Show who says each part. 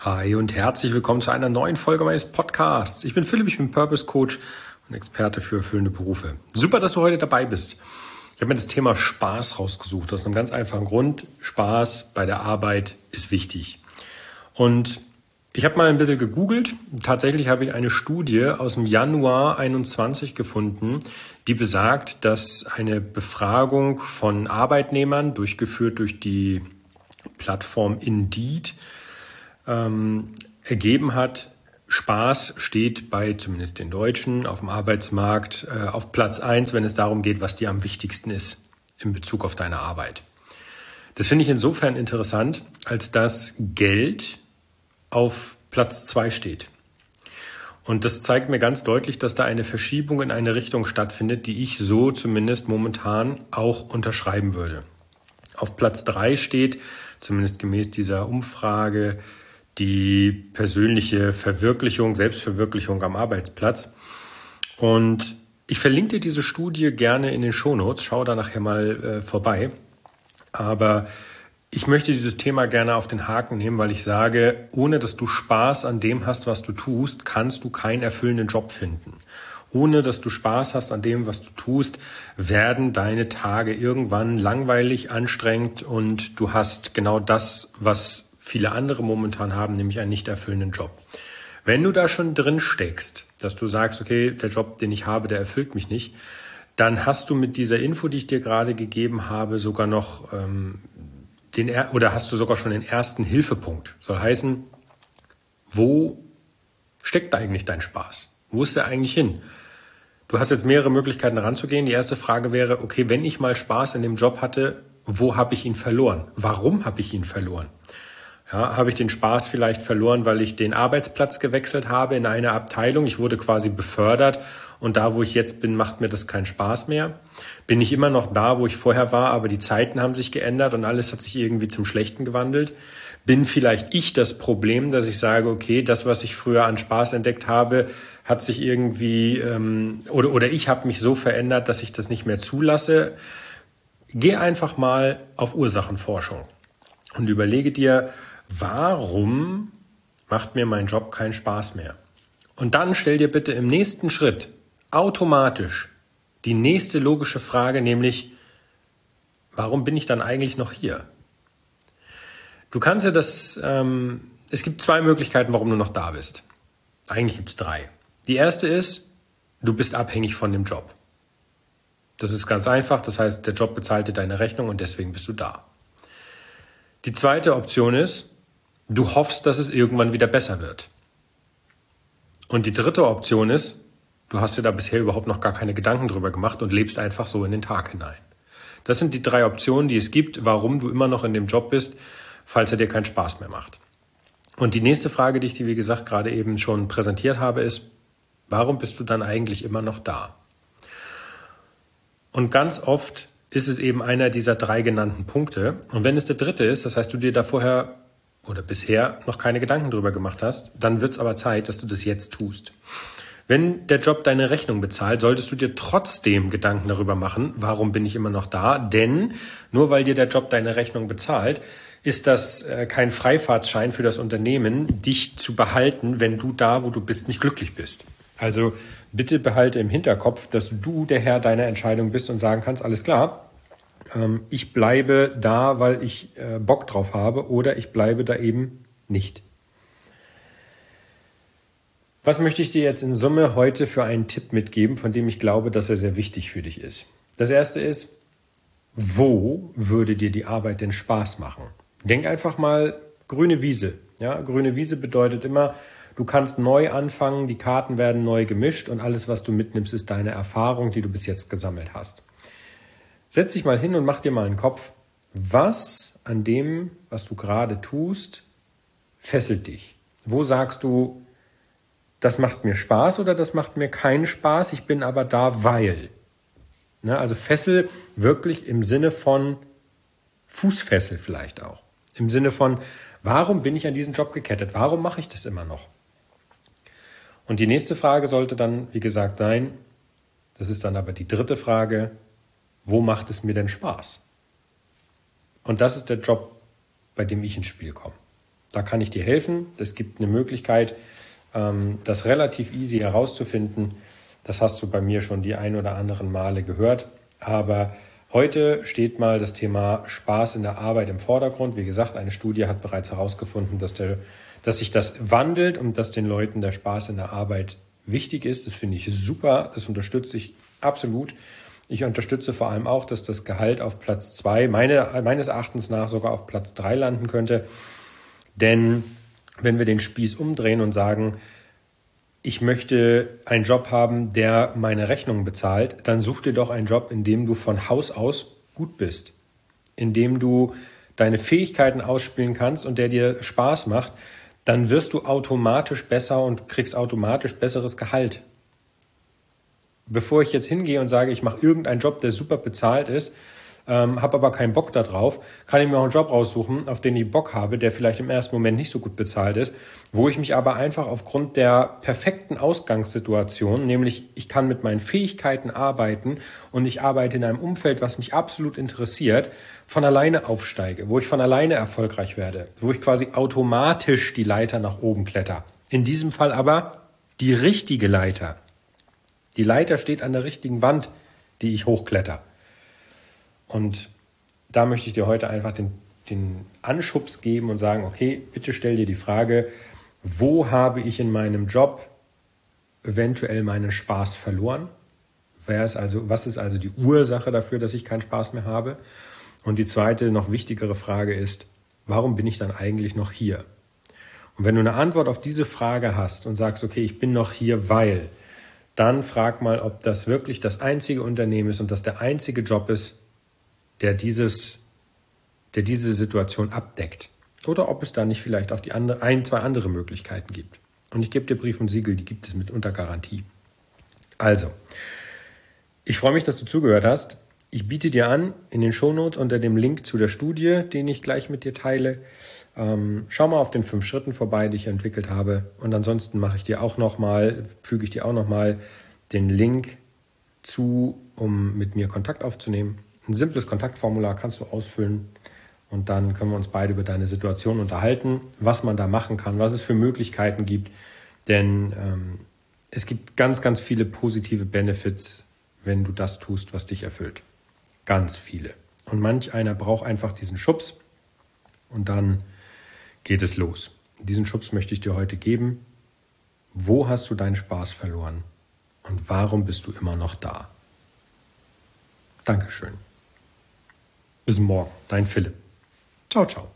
Speaker 1: Hi und herzlich willkommen zu einer neuen Folge meines Podcasts. Ich bin Philipp, ich bin Purpose Coach und Experte für erfüllende Berufe. Super, dass du heute dabei bist. Ich habe mir das Thema Spaß rausgesucht, aus einem ganz einfachen Grund. Spaß bei der Arbeit ist wichtig. Und ich habe mal ein bisschen gegoogelt. Tatsächlich habe ich eine Studie aus dem Januar 21 gefunden, die besagt, dass eine Befragung von Arbeitnehmern, durchgeführt durch die Plattform Indeed, ergeben hat, Spaß steht bei zumindest den Deutschen auf dem Arbeitsmarkt auf Platz 1, wenn es darum geht, was dir am wichtigsten ist in Bezug auf deine Arbeit. Das finde ich insofern interessant, als dass Geld auf Platz 2 steht. Und das zeigt mir ganz deutlich, dass da eine Verschiebung in eine Richtung stattfindet, die ich so zumindest momentan auch unterschreiben würde. Auf Platz 3 steht, zumindest gemäß dieser Umfrage, die persönliche Verwirklichung, Selbstverwirklichung am Arbeitsplatz. Und ich verlinke dir diese Studie gerne in den Shownotes. Schau da nachher mal vorbei. Aber ich möchte dieses Thema gerne auf den Haken nehmen, weil ich sage, ohne dass du Spaß an dem hast, was du tust, kannst du keinen erfüllenden Job finden. Ohne dass du Spaß hast an dem, was du tust, werden deine Tage irgendwann langweilig, anstrengend und du hast genau das, was viele andere momentan haben, nämlich einen nicht erfüllenden Job. Wenn du da schon drin steckst, dass du sagst, okay, der Job, den ich habe, der erfüllt mich nicht, dann hast du mit dieser Info, die ich dir gerade gegeben habe, sogar noch hast du sogar schon den ersten Hilfepunkt. Soll heißen, wo steckt da eigentlich dein Spaß? Wo ist der eigentlich hin? Du hast jetzt mehrere Möglichkeiten ranzugehen. Die erste Frage wäre, okay, wenn ich mal Spaß in dem Job hatte, wo habe ich ihn verloren? Warum habe ich ihn verloren? Ja, habe ich den Spaß vielleicht verloren, weil ich den Arbeitsplatz gewechselt habe in eine Abteilung? Ich wurde quasi befördert und da, wo ich jetzt bin, macht mir das keinen Spaß mehr. Bin ich immer noch da, wo ich vorher war, aber die Zeiten haben sich geändert und alles hat sich irgendwie zum Schlechten gewandelt? Bin vielleicht ich das Problem, dass ich sage, okay, das, was ich früher an Spaß entdeckt habe, hat sich irgendwie oder ich habe mich so verändert, dass ich das nicht mehr zulasse? Geh einfach mal auf Ursachenforschung und überlege dir, warum macht mir mein Job keinen Spaß mehr? Und dann stell dir bitte im nächsten Schritt automatisch die nächste logische Frage, nämlich, warum bin ich dann eigentlich noch hier? Du kannst ja es gibt zwei Möglichkeiten, warum du noch da bist. Eigentlich gibt es drei. Die erste ist, du bist abhängig von dem Job. Das ist ganz einfach, das heißt, der Job bezahlt dir deine Rechnung und deswegen bist du da. Die zweite Option ist, du hoffst, dass es irgendwann wieder besser wird. Und die dritte Option ist, du hast dir da bisher überhaupt noch gar keine Gedanken drüber gemacht und lebst einfach so in den Tag hinein. Das sind die drei Optionen, die es gibt, warum du immer noch in dem Job bist, falls er dir keinen Spaß mehr macht. Und die nächste Frage, die ich dir, wie gesagt, gerade eben schon präsentiert habe, ist, warum bist du dann eigentlich immer noch da? Und ganz oft ist es eben einer dieser drei genannten Punkte. Und wenn es der dritte ist, das heißt, du dir da vorher oder bisher noch keine Gedanken drüber gemacht hast, dann wird es aber Zeit, dass du das jetzt tust. Wenn der Job deine Rechnung bezahlt, solltest du dir trotzdem Gedanken darüber machen, warum bin ich immer noch da? Denn nur weil dir der Job deine Rechnung bezahlt, ist das kein Freifahrtschein für das Unternehmen, dich zu behalten, wenn du da, wo du bist, nicht glücklich bist. Also bitte behalte im Hinterkopf, dass du der Herr deiner Entscheidung bist und sagen kannst, alles klar, ich bleibe da, weil ich Bock drauf habe oder ich bleibe da eben nicht. Was möchte ich dir jetzt in Summe heute für einen Tipp mitgeben, von dem ich glaube, dass er sehr wichtig für dich ist? Das erste ist, wo würde dir die Arbeit denn Spaß machen? Denk einfach mal grüne Wiese. Ja, grüne Wiese bedeutet immer, du kannst neu anfangen, die Karten werden neu gemischt und alles, was du mitnimmst, ist deine Erfahrung, die du bis jetzt gesammelt hast. Setz dich mal hin und mach dir mal einen Kopf, was an dem, was du gerade tust, fesselt dich? Wo sagst du, das macht mir Spaß oder das macht mir keinen Spaß, ich bin aber da, weil. Ne, also Fessel wirklich im Sinne von Fußfessel vielleicht auch. Im Sinne von, warum bin ich an diesen Job gekettet? Warum mache ich das immer noch? Und die nächste Frage sollte dann, wie gesagt, sein, das ist dann aber die dritte Frage, wo macht es mir denn Spaß? Und das ist der Job, bei dem ich ins Spiel komme. Da kann ich dir helfen. Es gibt eine Möglichkeit, das relativ easy herauszufinden. Das hast du bei mir schon die ein oder anderen Male gehört. Aber heute steht mal das Thema Spaß in der Arbeit im Vordergrund. Wie gesagt, eine Studie hat bereits herausgefunden, dass sich das wandelt und dass den Leuten der Spaß in der Arbeit wichtig ist. Das finde ich super. Das unterstütze ich absolut. Ich unterstütze vor allem auch, dass das Gehalt auf Platz 2, meines Erachtens nach sogar auf Platz 3 landen könnte. Denn wenn wir den Spieß umdrehen und sagen, ich möchte einen Job haben, der meine Rechnungen bezahlt, dann such dir doch einen Job, in dem du von Haus aus gut bist, in dem du deine Fähigkeiten ausspielen kannst und der dir Spaß macht, dann wirst du automatisch besser und kriegst automatisch besseres Gehalt. Bevor ich jetzt hingehe und sage, ich mache irgendeinen Job, der super bezahlt ist, habe aber keinen Bock da drauf, kann ich mir auch einen Job raussuchen, auf den ich Bock habe, der vielleicht im ersten Moment nicht so gut bezahlt ist, wo ich mich aber einfach aufgrund der perfekten Ausgangssituation, nämlich ich kann mit meinen Fähigkeiten arbeiten und ich arbeite in einem Umfeld, was mich absolut interessiert, von alleine aufsteige, wo ich von alleine erfolgreich werde, wo ich quasi automatisch die Leiter nach oben kletter. In diesem Fall aber die richtige Leiter. Die Leiter steht an der richtigen Wand, die ich hochkletter. Und da möchte ich dir heute einfach den Anschubs geben und sagen, okay, bitte stell dir die Frage, wo habe ich in meinem Job eventuell meinen Spaß verloren? Was ist also die Ursache dafür, dass ich keinen Spaß mehr habe? Und die zweite, noch wichtigere Frage ist, warum bin ich dann eigentlich noch hier? Und wenn du eine Antwort auf diese Frage hast und sagst, okay, ich bin noch hier, weil, dann frag mal, ob das wirklich das einzige Unternehmen ist und das der einzige Job ist, der diese Situation abdeckt. Oder ob es da nicht vielleicht auch zwei andere Möglichkeiten gibt. Und ich gebe dir Brief und Siegel, die gibt es mit unter Garantie. Also, ich freue mich, dass du zugehört hast. Ich biete dir an, in den Shownotes unter dem Link zu der Studie, den ich gleich mit dir teile, schau mal auf den 5 Schritten vorbei, die ich entwickelt habe. Und ansonsten füge ich dir auch nochmal den Link zu, um mit mir Kontakt aufzunehmen. Ein simples Kontaktformular kannst du ausfüllen und dann können wir uns beide über deine Situation unterhalten, was man da machen kann, was es für Möglichkeiten gibt. Denn es gibt ganz, ganz viele positive Benefits, wenn du das tust, was dich erfüllt. Ganz viele. Und manch einer braucht einfach diesen Schubs und dann geht es los. Diesen Schubs möchte ich dir heute geben. Wo hast du deinen Spaß verloren und warum bist du immer noch da? Dankeschön. Bis morgen, dein Philipp. Ciao, ciao.